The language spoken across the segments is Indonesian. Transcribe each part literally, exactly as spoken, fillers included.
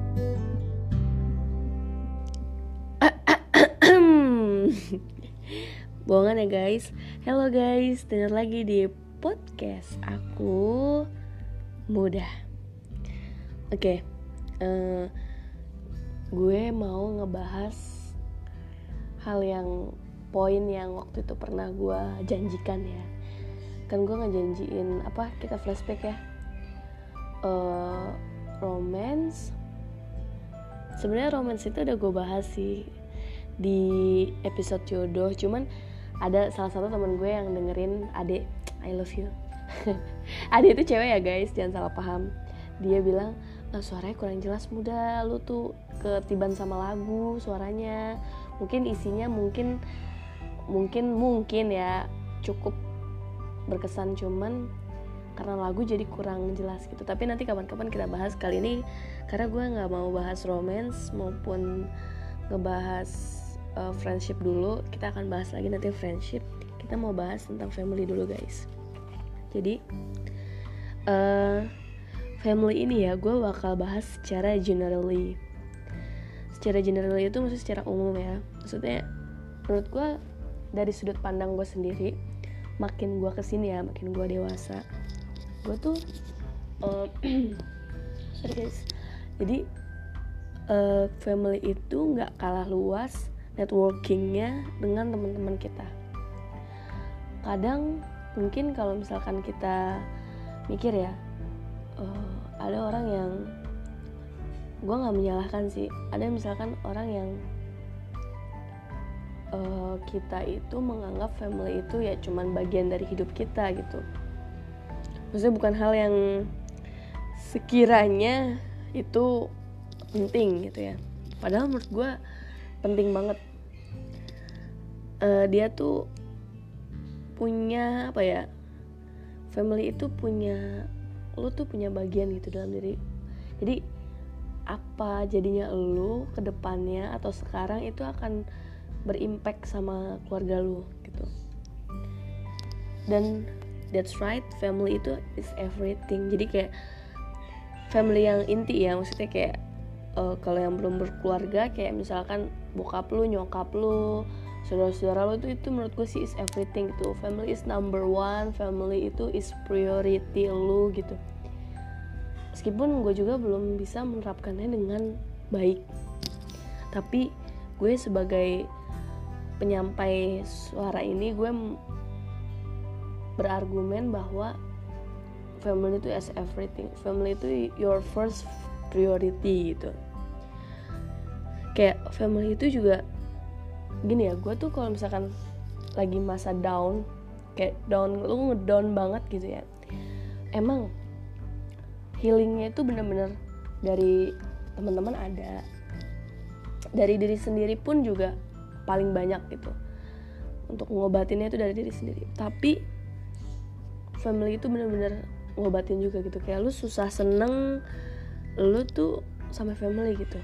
Bohongan ya guys. Hello guys, dengar lagi di podcast aku mudah. Oke, okay, uh, gue mau ngebahas hal yang poin yang waktu itu pernah gue janjikan ya. Kan gue ngejanjiin apa? Kita flashback ya. Uh, romance. Sebenarnya romance itu udah gue bahas sih di episode jodoh, cuman ada salah satu teman gue yang dengerin, Ade, I love you. Ade itu cewek ya guys, jangan salah paham. Dia bilang, nah, suaranya kurang jelas muda, lu tuh ketiban sama lagu suaranya. Mungkin isinya mungkin mungkin mungkin ya cukup berkesan, cuman karena lagu jadi kurang jelas gitu. Tapi nanti kapan-kapan kita bahas. Kali ini karena gue nggak mau bahas romance maupun ngebahas uh, friendship dulu. Kita akan bahas lagi nanti friendship. Kita mau bahas tentang family dulu guys. Jadi uh, family ini ya gue bakal bahas secara generally. Secara generally itu maksudnya secara umum ya. Maksudnya menurut gue dari sudut pandang gue sendiri, makin gue kesini ya, makin gue dewasa, gue tuh uh, sorry guys. Jadi uh, family itu nggak kalah luas networkingnya dengan teman-teman kita. Kadang mungkin kalau misalkan kita mikir ya, uh, ada orang yang, gue nggak menyalahkan sih, ada misalkan orang yang uh, kita itu menganggap family itu ya cuman bagian dari hidup kita gitu. Maksudnya bukan hal yang sekiranya itu penting gitu ya. Padahal menurut gue penting banget. Uh, dia tuh punya apa ya? Family itu punya, lu tuh punya bagian gitu dalam diri. Jadi apa jadinya lu ke depannya atau sekarang itu akan berimpact sama keluarga lu gitu. Dan that's right, family itu is everything. Jadi kayak family yang inti ya, maksudnya kayak uh, kalau yang belum berkeluarga kayak misalkan bokap lu, nyokap lu, saudara-saudara lu itu itu menurut gue sih is everything gitu. Family is number one, family itu is priority lu gitu. Meskipun gue juga belum bisa menerapkannya dengan baik, tapi gue sebagai penyampai suara ini gue berargumen bahwa family itu as everything. Family itu your first priority gitu. Kayak family itu juga gini ya, gue tuh kalau misalkan lagi masa down, kayak down, lu ngedown banget gitu ya, emang healingnya itu benar-benar dari teman-teman ada, dari diri sendiri pun juga paling banyak gitu. Untuk ngobatinnya itu dari diri sendiri. Tapi family itu benar-benar ngobatin juga gitu. Kayak lu susah seneng, lu tuh sama family gitu.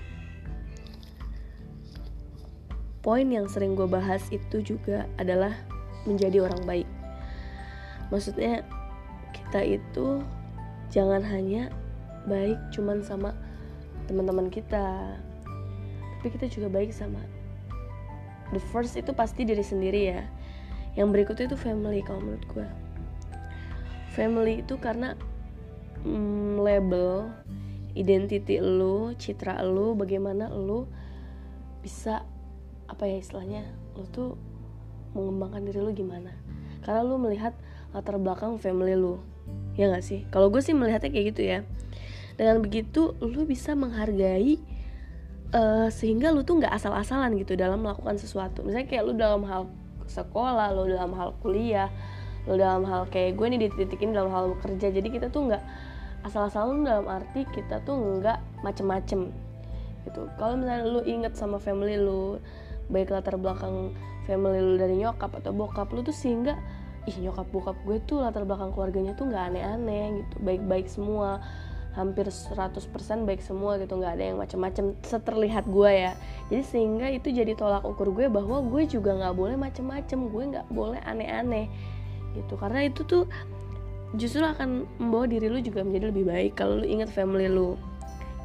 Poin yang sering gue bahas itu juga adalah menjadi orang baik. Maksudnya kita itu jangan hanya baik cuman sama teman-teman kita, tapi kita juga baik sama, the first itu pasti diri sendiri ya. Yang berikutnya itu family kalau menurut gue. Family itu karena mm, label identity lu, citra lu, bagaimana lu bisa apa ya istilahnya, lu tuh mengembangkan diri lu gimana. Karena lu melihat latar belakang family lu, ya nggak sih? Kalau gue sih melihatnya kayak gitu ya. Dengan begitu lu bisa menghargai uh, sehingga lu tuh nggak asal-asalan gitu dalam melakukan sesuatu. Misalnya kayak lu dalam hal sekolah, lu dalam hal kuliah, lu dalam hal kayak gue nih dititikin dalam hal kerja. Jadi kita tuh nggak asal-asalan dalam arti kita tuh nggak macem-macem gitu. Kalau misalnya lu inget sama family lu, baik latar belakang family lu dari nyokap atau bokap lu tuh, sehingga ih nyokap bokap gue tuh latar belakang keluarganya tuh nggak aneh-aneh gitu, baik-baik semua, hampir seratus persen baik semua gitu, nggak ada yang macam-macam seterlihat gue ya. Jadi sehingga itu jadi tolak ukur gue bahwa gue juga nggak boleh macam-macam, gue nggak boleh aneh-aneh gitu. Karena itu tuh justru akan membawa diri lu juga menjadi lebih baik kalau lu ingat family lu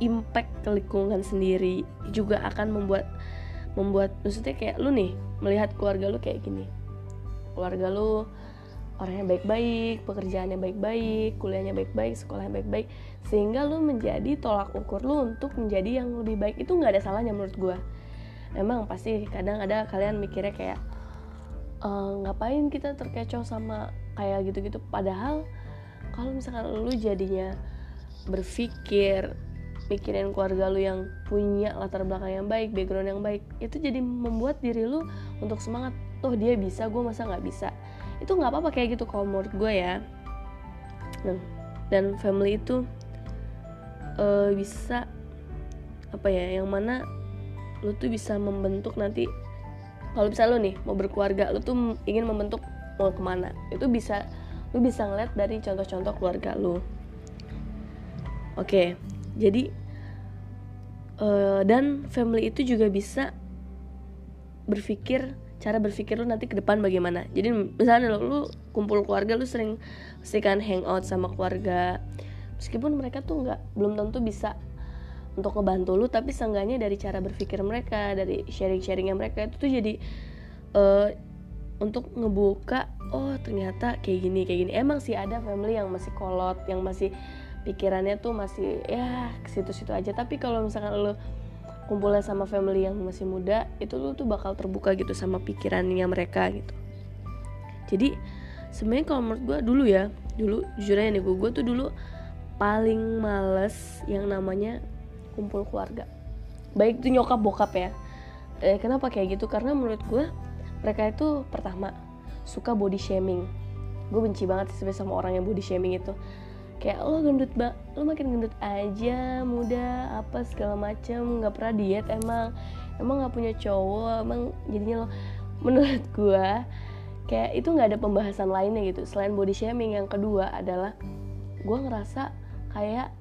impact ke lingkungan sendiri, juga akan membuat membuat maksudnya kayak lu nih melihat keluarga lu kayak gini, keluarga lu orangnya baik-baik, pekerjaannya baik-baik, kuliahnya baik-baik, sekolahnya baik-baik, sehingga lu menjadi tolak ukur lu untuk menjadi yang lebih baik. Itu nggak ada salahnya menurut gue. Emang pasti kadang ada kalian mikirnya kayak e, ngapain kita terkecoh sama kayak gitu-gitu, padahal kalau misalkan lu jadinya berpikir mikirin keluarga lu yang punya latar belakang yang baik, background yang baik, itu jadi membuat diri lu untuk semangat. Oh dia bisa, gue masa nggak bisa? Itu nggak apa-apa kayak gitu kalau menurut gue ya. Nah, dan family itu uh, bisa apa ya, yang mana lu tuh bisa membentuk nanti. Kalau bisa lu nih mau berkeluarga, lu tuh ingin membentuk mau kemana, itu bisa lu bisa ngeliat dari contoh-contoh keluarga lu. Oke, jadi uh, dan family itu juga bisa berpikir, cara berpikir lu nanti ke depan bagaimana. Jadi misalnya lu, lu kumpul keluarga, lu sering pasti kan hangout sama keluarga, meskipun mereka tuh nggak, belum tentu bisa untuk ngebantu lu, tapi seenggaknya dari cara berpikir mereka, dari sharing-sharingnya mereka, itu tuh jadi uh, untuk ngebuka, oh ternyata kayak gini kayak gini. Emang sih ada family yang masih kolot, yang masih pikirannya tuh masih ya ke situ-situ aja. Tapi kalau misalkan lu kumpulnya sama family yang masih muda, itu lu tuh bakal terbuka gitu sama pikirannya mereka gitu. Jadi sebenarnya kalau menurut gue dulu ya, dulu jujur aja nih, gue gue tuh dulu paling males yang namanya kumpul keluarga, baik itu nyokap bokap ya. Eh, kenapa kayak gitu? Karena menurut gue mereka itu pertama suka body shaming. Gue benci banget sih sama orang yang body shaming itu. Kayak lo gendut ba, lo makin gendut aja, muda apa segala macem, nggak pernah diet emang, emang nggak punya cowok, emang jadinya lo. Menurut gue kayak itu nggak ada pembahasan lainnya gitu selain body shaming. Yang kedua adalah gue ngerasa kayak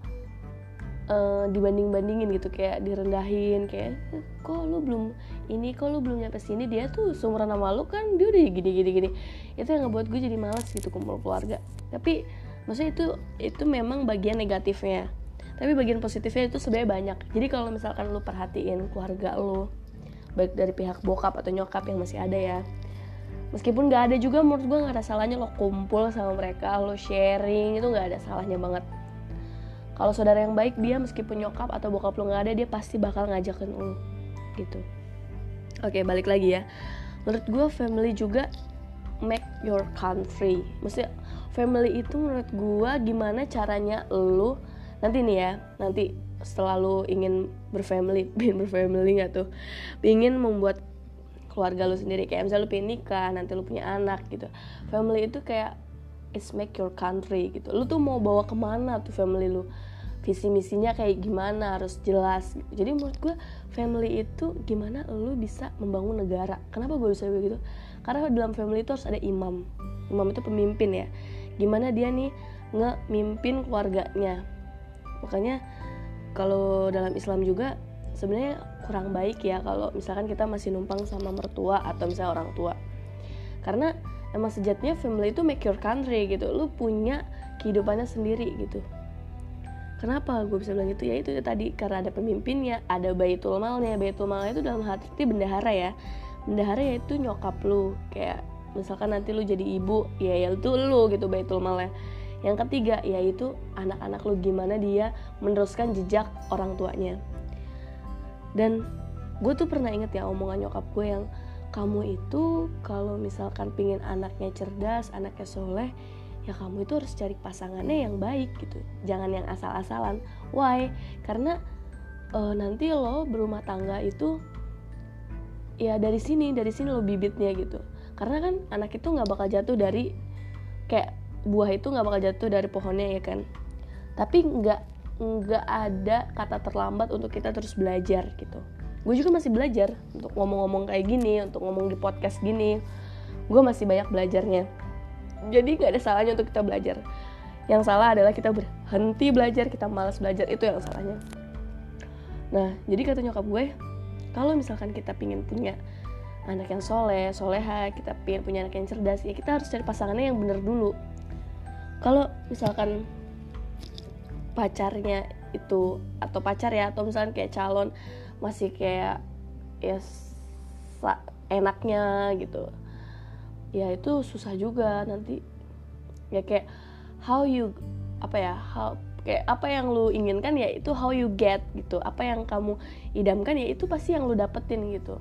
uh, dibanding-bandingin gitu, kayak direndahin, kayak kok lu belum ini, kok lu belum nyampe sini, dia tuh seumuran sama lu kan, dia udah gini-gini gini. Itu yang ngebuat gue jadi malas gitu kumpul keluarga. Tapi maksudnya itu itu memang bagian negatifnya, tapi bagian positifnya itu sebenarnya banyak. Jadi kalau misalkan lu perhatiin keluarga lu, baik dari pihak bokap atau nyokap yang masih ada ya, meskipun nggak ada juga, menurut gue nggak ada salahnya lo kumpul sama mereka, lo sharing, itu nggak ada salahnya banget. Kalau saudara yang baik, dia meskipun nyokap atau bokap lo nggak ada, dia pasti bakal ngajakin lo gitu. Oke, balik lagi ya. Menurut gue family juga make your country. Maksudnya family itu menurut gue gimana caranya lo nanti nih ya, nanti setelah lo ingin berfamily, ingin berfamily nggak tuh, ingin membuat keluarga lo sendiri, kayak misalnya lo pengen nikah, nanti lo punya anak gitu. Family itu kayak it's make your country gitu. Lo tuh mau bawa kemana tuh family lo, visi misinya kayak gimana, harus jelas gitu. Jadi menurut gue family itu gimana lo bisa membangun negara. Kenapa gue bisa begitu? Karena dalam family itu harus ada imam. Imam itu pemimpin ya. Gimana dia nih ngemimpin keluarganya. Makanya kalau dalam Islam juga sebenarnya kurang baik ya kalau misalkan kita masih numpang sama mertua atau misalnya orang tua. Karena emang sejatinya family itu make your country gitu. Lu punya kehidupannya sendiri gitu. Kenapa gue bisa bilang gitu? Ya itu ya tadi, karena ada pemimpinnya, ada baitul malnya. Baitul malnya itu dalam arti bendahara ya. Bendahara ya itu nyokap lu. Kayak misalkan nanti lu jadi ibu, ya ya itu lu gitu baitul malnya. Yang ketiga yaitu anak-anak lu, gimana dia meneruskan jejak orang tuanya. Dan gue tuh pernah inget ya omongan nyokap gue yang, kamu itu kalau misalkan pingin anaknya cerdas, anaknya soleh, ya kamu itu harus cari pasangannya yang baik gitu, jangan yang asal-asalan. Why? Karena uh, nanti lo berumah tangga itu ya dari sini, dari sini lo bibitnya gitu. Karena kan anak itu nggak bakal jatuh dari, kayak buah itu nggak bakal jatuh dari pohonnya ya kan. Tapi nggak nggak ada kata terlambat untuk kita terus belajar gitu. Gue juga masih belajar untuk ngomong-ngomong kayak gini, untuk ngomong di podcast gini. Gue masih banyak belajarnya. Jadi gak ada salahnya untuk kita belajar. Yang salah adalah kita berhenti belajar, kita malas belajar, itu yang salahnya. Nah, jadi kata nyokap gue, kalau misalkan kita pingin punya anak yang soleh, soleha, kita pingin punya anak yang cerdas, ya kita harus cari pasangannya yang bener dulu. Kalau misalkan pacarnya itu atau pacar ya, atau misalnya kayak calon masih kayak ya enaknya gitu, ya itu susah juga nanti. Ya kayak how you apa ya how kayak apa yang lu inginkan ya itu how you get gitu, apa yang kamu idamkan ya itu pasti yang lu dapetin gitu.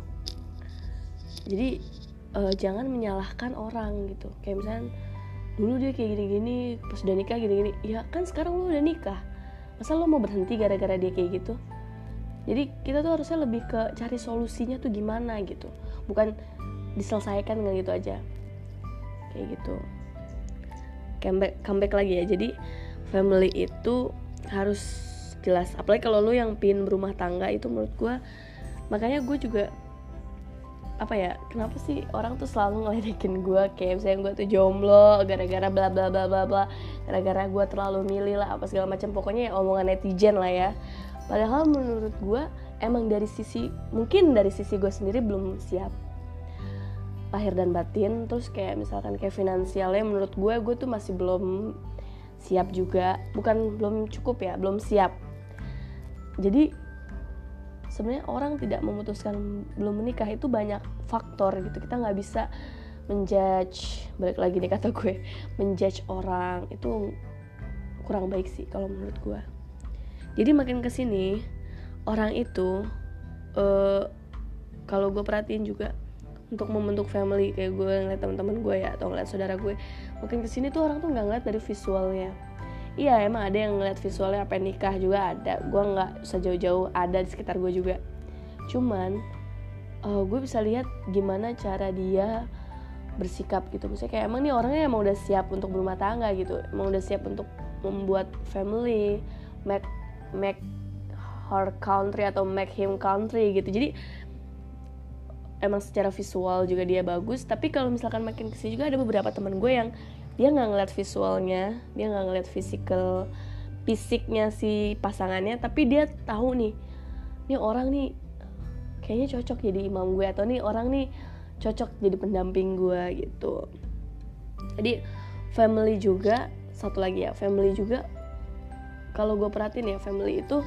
Jadi uh, jangan menyalahkan orang gitu. Kayak misalnya dulu dia kayak gini-gini, pas udah nikah gini-gini, ya kan sekarang lu udah nikah, masa lu mau berhenti gara-gara dia kayak gitu? Jadi kita tuh harusnya lebih ke cari solusinya tuh gimana gitu, bukan diselesaikan nggak gitu aja kayak gitu. Comeback, comeback lagi ya. Jadi family itu harus jelas, apalagi kalau lu yang pin berumah tangga itu menurut gue. Makanya gue juga apa ya, kenapa sih orang tuh selalu ngeledekin gue, kayak misalnya gue tuh jomblo gara-gara bla bla bla bla bla, gara-gara gue terlalu milih lah apa segala macam, pokoknya ya omongan netizen lah ya. Padahal menurut gue emang dari sisi, mungkin dari sisi gue sendiri belum siap lahir dan batin, terus kayak misalkan kayak finansialnya menurut gue gue tuh masih belum siap juga, bukan belum cukup ya, belum siap. Jadi sebenarnya orang tidak memutuskan belum menikah itu banyak faktor gitu, kita nggak bisa menjudge, balik lagi nih kata gue, menjudge orang itu kurang baik sih kalau menurut gue. Jadi makin kesini orang itu uh, kalau gue perhatiin juga untuk membentuk family, kayak gue ngeliat teman-teman gue ya atau ngeliat saudara gue, makin kesini tuh orang tuh nggak ngeliat dari visualnya. Iya emang ada yang ngeliat visualnya apa nikah juga ada, gue nggak usah jauh-jauh, ada di sekitar gue juga. Cuman uh, gue bisa lihat gimana cara dia bersikap gitu. Misalnya kayak emang nih orangnya emang udah siap untuk berumah tangga gitu, emang udah siap untuk membuat family, make make her country atau make him country gitu. Jadi emang secara visual juga dia bagus. Tapi kalau misalkan makin kesini juga ada beberapa teman gue yang dia nggak ngeliat visualnya, dia nggak ngeliat physical fisiknya si pasangannya, tapi dia tahu nih, nih orang nih kayaknya cocok jadi imam gue, atau nih orang nih cocok jadi pendamping gue gitu. Jadi family juga, satu lagi ya, family juga kalau gue perhatiin ya, family itu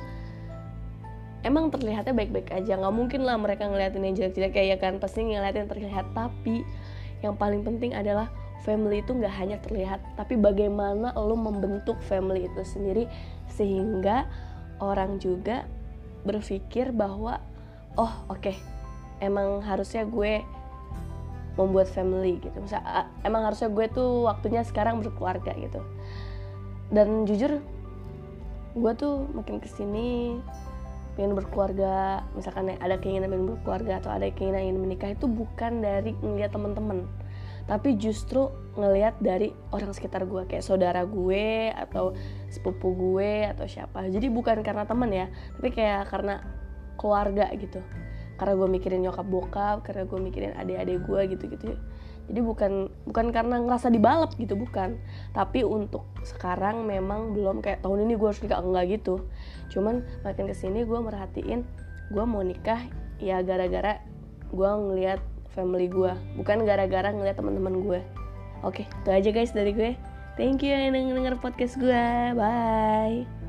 emang terlihatnya baik-baik aja, nggak mungkin lah mereka ngeliatin yang jelek-jelek kayak ya kan, pasti ngeliatin terlihat. Tapi yang paling penting adalah family itu nggak hanya terlihat, tapi bagaimana lo membentuk family itu sendiri sehingga orang juga berpikir bahwa oh oke okay, emang harusnya gue membuat family gitu. Misal emang harusnya gue tuh waktunya sekarang berkeluarga gitu. Dan jujur gue tuh makin kesini pengen berkeluarga, misalkan ada keinginan pengen berkeluarga atau ada keinginan ingin menikah, itu bukan dari ngeliat teman-teman, tapi justru ngelihat dari orang sekitar gue, kayak saudara gue atau sepupu gue atau siapa. Jadi bukan karena teman ya, tapi kayak karena keluarga gitu, karena gue mikirin nyokap bokap, karena gue mikirin adik-adik gue gitu-gitu. Jadi bukan bukan karena ngerasa dibalap gitu, bukan. Tapi untuk sekarang memang belum kayak tahun ini gue harus nikah, enggak gitu. Cuman makin kesini gue merhatiin gue mau nikah ya gara-gara gue ngelihat family gue, bukan gara-gara ngelihat teman-teman gue. Oke, itu aja guys dari gue. Thank you yang denger podcast gue. Bye.